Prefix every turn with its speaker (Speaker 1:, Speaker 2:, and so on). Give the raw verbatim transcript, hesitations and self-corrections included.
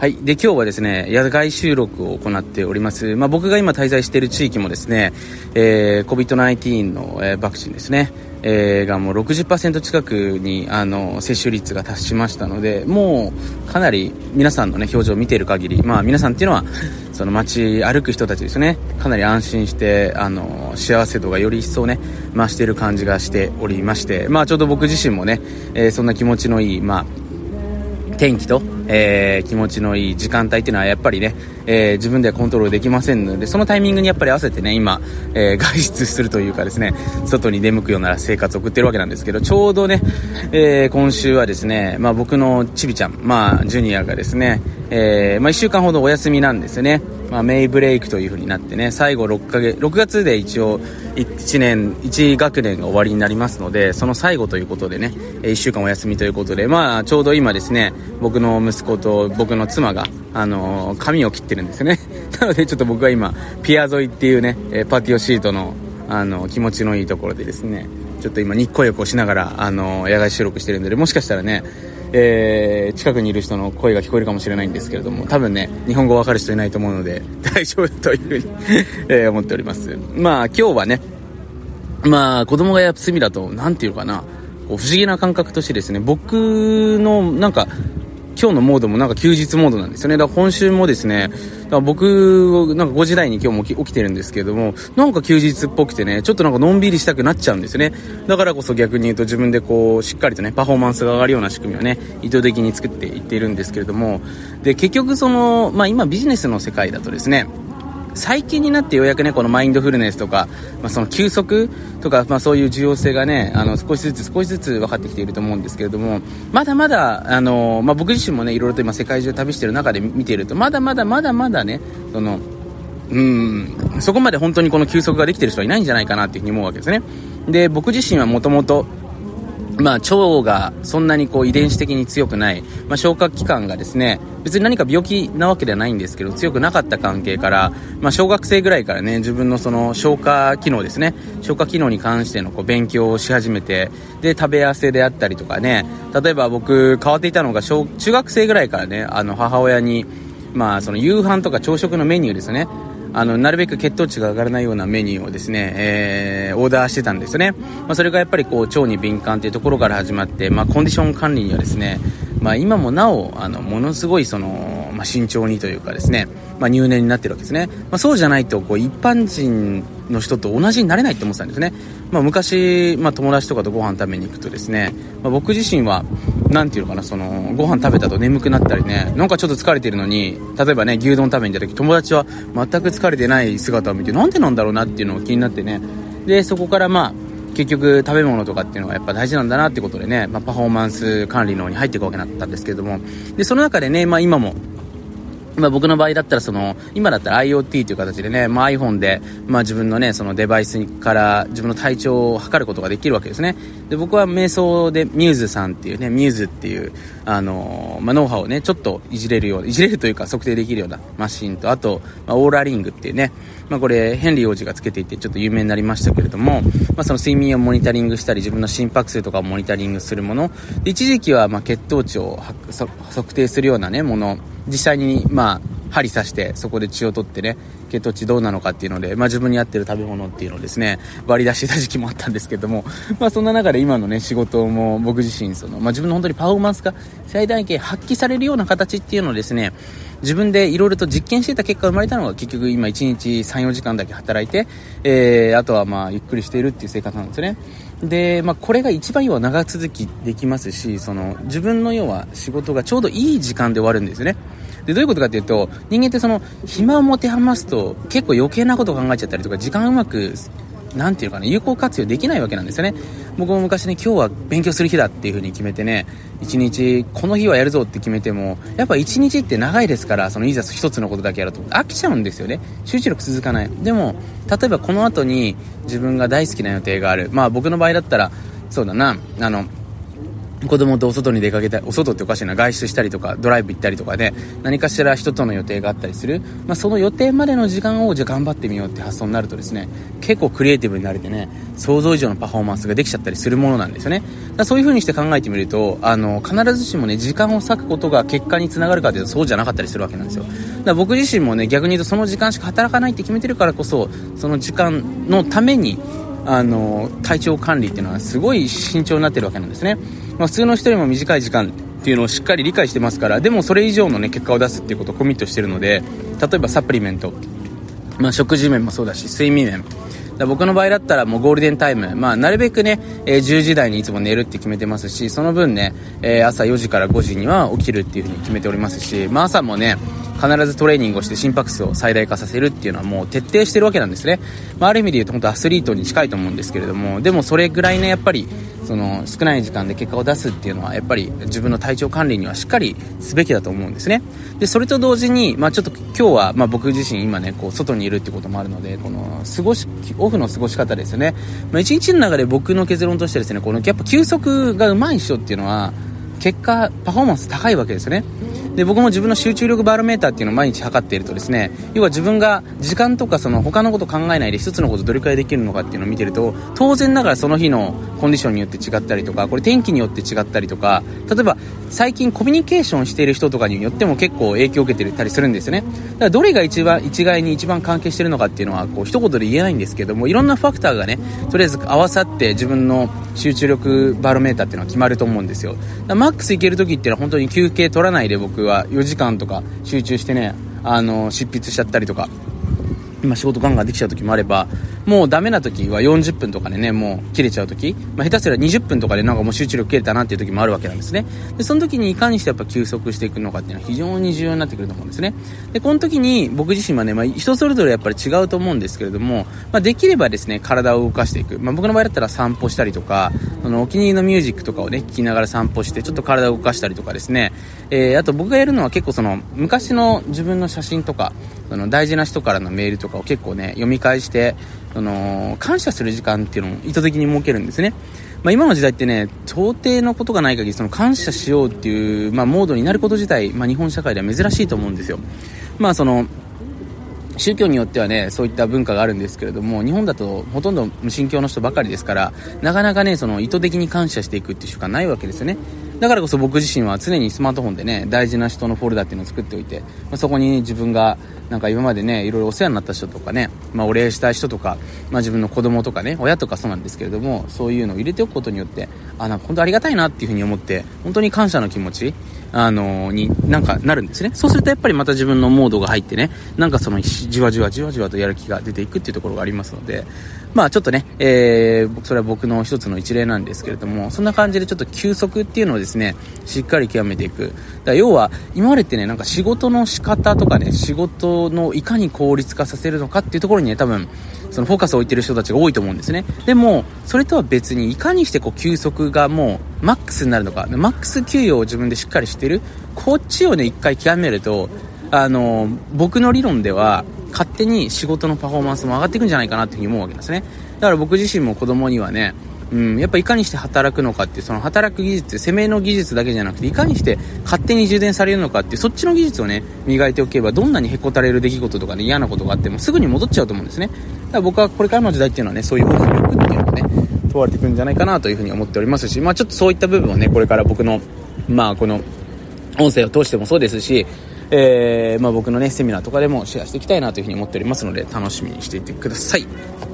Speaker 1: はい。で、今日はですね、野外収録を行っております。まあ、僕が今滞在している地域もですね、えー、コビッドナインティーン の、えー、ワクチンですね、えー、がもう ろくじゅっパーセント 近くに、あの、接種率が達しましたので、もう、かなり皆さんのね、表情を見ている限り、まあ、皆さんっていうのは、その街歩く人たちですね、かなり安心して、あの、幸せ度がより一層ね、増している感じがしておりまして、まあ、ちょうど僕自身もね、えー、そんな気持ちのいい、まあ、天気と、えー、気持ちのいい時間帯っていうのはやっぱりね、えー、自分ではコントロールできませんので、そのタイミングにやっぱり合わせてね、今、えー、外出するというかですね、外に出向くような生活を送ってるわけなんですけど、ちょうどね、えー、今週はですね、まあ僕のちびちゃん、まあジュニアがですね、えー、まあいっしゅうかんほどお休みなんですよね。まあメイブレイクという風になってね、最後ろっかげつ、ろくがつで一応いちねん、いち学年が終わりになりますので、その最後ということでね、いっしゅうかんお休みということで、まあちょうど今ですね、僕の息子と僕の妻が、あのー、髪を切ってるんですよね。なのでちょっと僕は今、ピア沿いっていうね、パティオシートの、あのー、気持ちのいいところでですね、ちょっと今日光浴をしながら、あのー、野外収録してるんで、もしかしたらね、えー、近くにいる人の声が聞こえるかもしれないんですけれども、多分ね、日本語わかる人いないと思うので大丈夫というふうに、えー、思っております。まあ今日はね、まあ子供が休みだと、なんていうかな、こう不思議な感覚としてですね、僕のなんか今日のモードもなんか休日モードなんですよね。だから今週もですね、だから僕なんかごじ台に今日も起きてるんですけれども、なんか休日っぽくてね、ちょっとなんかのんびりしたくなっちゃうんですよね。だからこそ逆に言うと自分でこうしっかりとねパフォーマンスが上がるような仕組みをね意図的に作っていっているんですけれども、で結局そのまあ今ビジネスの世界だとですね、最近になってようやくねこのマインドフルネスとか、まあ、その休息とか、まあ、そういう重要性がねあの少しずつ少しずつ分かってきていると思うんですけれども、まだまだあの、まあ、僕自身もねいろいろと今世界中旅している中で見ているとまだまだまだまだねそのうーんそこまで本当にこの休息ができている人はいないんじゃないかなっていうふうに思うわけですね。で僕自身はもともとまあ、腸がそんなにこう遺伝子的に強くない、まあ、消化器官がですね別に何か病気なわけではないんですけど強くなかった関係から、まあ、小学生ぐらいからね自分のその消化機能ですね消化機能に関してのこう勉強をし始めて、で食べ合わせであったりとかね、例えば僕変わっていたのが小中学生ぐらいからねあの母親に、まあ、その夕飯とか朝食のメニューですね、あのなるべく血糖値が上がらないようなメニューをですね、えー、オーダーしてたんですよね。まあ、それがやっぱりこう腸に敏感というところから始まって、まあ、コンディション管理にはですね、まあ、今もなおあのものすごいその、まあ、慎重にというかですね、まあ、入念になってるわけですね。まあ、そうじゃないとこう一般人の人と同じになれないって思ってたんですね。まあ、昔、まあ、友達とかとご飯食べに行くとですね、まあ、僕自身はなんていうのかな、そのご飯食べたと眠くなったりね、なんかちょっと疲れてるのに例えばね牛丼食べに行った時友達は全く疲れてない姿を見てなんでなんだろうなっていうのが気になってね、でそこからまあ結局食べ物とかっていうのがやっぱ大事なんだなってことでね、まあ、パフォーマンス管理の方に入っていくわけだったんですけれども、でその中でね、まあ、今もまあ、僕の場合だったらその今だったら IoT という形でね、まあ、iPhone で、まあ、自分のねそのデバイスから自分の体調を測ることができるわけですね。で僕は瞑想でミューズさんっていうねミューズっていうあの、まあ、ノウハウをねちょっといじれるよういじれるというか測定できるようなマシンと、あと、まあ、オーラリングっていうね、まあ、これヘンリー王子がつけていてちょっと有名になりましたけれども、まあ、その睡眠をモニタリングしたり自分の心拍数とかをモニタリングするもので、一時期はまあ血糖値を測定するようなねもの、実際にまあ針刺してそこで血を取ってね血糖値どうなのかっていうので、まあ、自分に合ってる食べ物っていうのをですね割り出してた時期もあったんですけども、まあ、そんな中で今のね仕事も僕自身その、まあ、自分の本当にパフォーマンスが最大限発揮されるような形っていうのをですね自分でいろいろと実験していた結果生まれたのが結局今いちにちさん、よじかんだけ働いて、えー、あとはまあゆっくりしているっていう生活なんですよね。で、まあ、これが一番要は長続きできますし、その自分の要は仕事がちょうどいい時間で終わるんですよね。でどういうことかというと、人間ってその暇を持て余すと結構余計なことを考えちゃったりとか時間うまくなんていうかね有効活用できないわけなんですよね。僕も昔ね今日は勉強する日だっていう風に決めてね一日この日はやるぞって決めてもやっぱ一日って長いですから、そのいざ一つのことだけやると飽きちゃうんですよね。集中力続かない。でも例えばこの後に自分が大好きな予定がある、まあ僕の場合だったらそうだなあの子供とお外に出かけたり、お外っておかしいな、外出したりとか、ドライブ行ったりとかで、何かしら人との予定があったりする。まあ、その予定までの時間を、じゃあ頑張ってみようって発想になるとですね、結構クリエイティブになれてね、想像以上のパフォーマンスができちゃったりするものなんですよね。だからそういう風にして考えてみると、あの、必ずしもね、時間を割くことが結果につながるかというと、そうじゃなかったりするわけなんですよ。だから僕自身もね、逆に言うとその時間しか働かないって決めてるからこそ、その時間のために、あの、体調管理っていうのはすごい慎重になってるわけなんですね。まあ、普通の人よりも短い時間っていうのをしっかり理解してますから、でもそれ以上のね結果を出すっていうことをコミットしてるので、例えばサプリメント、まあ、食事面もそうだし睡眠面だ、僕の場合だったらもうゴールデンタイム、まあ、なるべくね、えー、じゅうじ台にいつも寝るって決めてますし、その分ね、えー、朝よじからごじには起きるっていう風に決めておりますし、まあ、朝もね必ずトレーニングをして心拍数を最大化させるっていうのはもう徹底してるわけなんですね。まあ、ある意味で言うと本当アスリートに近いと思うんですけれども、でもそれぐらいねやっぱりその少ない時間で結果を出すっていうのはやっぱり自分の体調管理にはしっかりすべきだと思うんですね。でそれと同時に、まあ、ちょっと今日は、まあ、僕自身今ねこう外にいるってこともあるので、この過ごしオフの過ごし方ですよね。まあ、一日の中で僕の結論としてですね、このやっぱ休息が上手い人っていうのは結果パフォーマンス高いわけですよね。で僕も自分の集中力バロメーターっていうのを毎日測っているとですね、要は自分が時間とかその他のこと考えないで一つのことどれくらいできるのかっていうのを見てると、当然ながらその日のコンディションによって違ったりとか、これ天気によって違ったりとか、例えば最近コミュニケーションしている人とかによっても結構影響を受けてたりするんですよね。だからどれが一番一概に一番関係しているのかっていうのはこう一言で言えないんですけども、いろんなファクターがねとりあえず合わさって自分の集中力バロメーターっていうのは決まると思うんですよ。だからマックスいける時っていうのは本当に休憩取らないで僕はよじかんとか集中してね、あの執筆しちゃったりとか、今仕事ガンガンできちゃう時もあれば、もうダメな時はよんじゅっぷんとかでねもう切れちゃう時、まあ、下手すらにじゅっぷんとかでなんかもう集中力切れたなっていう時もあるわけなんですね。でその時にいかにしてやっぱ休息していくのかっていうのは非常に重要になってくると思うんですね。でこの時に僕自身はね、まあ、人それぞれやっぱり違うと思うんですけれども、まあ、できればですね体を動かしていく、まあ、僕の場合だったら散歩したりとか、あのお気に入りのミュージックとかをね聴きながら散歩してちょっと体を動かしたりとかですね、えー、あと僕がやるのは結構その昔の自分の写真とかその大事な人からのメールとかを結構ね読み返してその感謝する時間っていうのを意図的に設けるんですね。まあ、今の時代ってね到底のことがない限りその感謝しようっていう、まあ、モードになること自体、まあ、日本社会では珍しいと思うんですよ。まあその宗教によってはねそういった文化があるんですけれども、日本だとほとんど無神教の人ばかりですから、なかなかねその意図的に感謝していくっていう習慣ないわけですよね。だからこそ僕自身は常にスマートフォンでね大事な人のフォルダっていうのを作っておいて、まあ、そこに、ね、自分がなんか今までねいろいろお世話になった人とかね、まあ、お礼したい人とか、まあ、自分の子供とかね親とかそうなんですけれども、そういうのを入れておくことによってあなんか本当ありがたいなっていうふうに思って本当に感謝の気持ちあのー、になんかなるんですね。そうするとやっぱりまた自分のモードが入ってね、なんかそのじわじわじわじわとやる気が出ていくっていうところがありますので、まあちょっとね、えー、それは僕の一つの一例なんですけれども、そんな感じでちょっと休息っていうのをですねしっかり極めていく。だから要は今までってねなんか仕事の仕方とかね仕事のいかに効率化させるのかっていうところにね多分そのフォーカスを置いてる人たちが多いと思うんですね。でもそれとは別にいかにしてこう休息がもうマックスになるのか、マックス給与を自分でしっかりしてるこっちをね一回極めると、あの僕の理論では勝手に仕事のパフォーマンスも上がっていくんじゃないかなっていうふうに思うわけですね。だから僕自身も子供にはね、うん、やっぱいかにして働くのかっていうその働く技術、攻めの技術だけじゃなくていかにして勝手に充電されるのかっていうそっちの技術をね磨いておけば、どんなにへこたれる出来事とかね嫌なことがあってもすぐに戻っちゃうと思うんですね。だから僕はこれからの時代っていうのはねそういうオフ力っていうのがね問われてくるんじゃないかなというふうに思っておりますし、まあちょっとそういった部分をねこれから僕のまあこの音声を通してもそうですし、えー、まあ僕のねセミナーとかでもシェアしていきたいなというふうに思っておりますので楽しみにしていてください。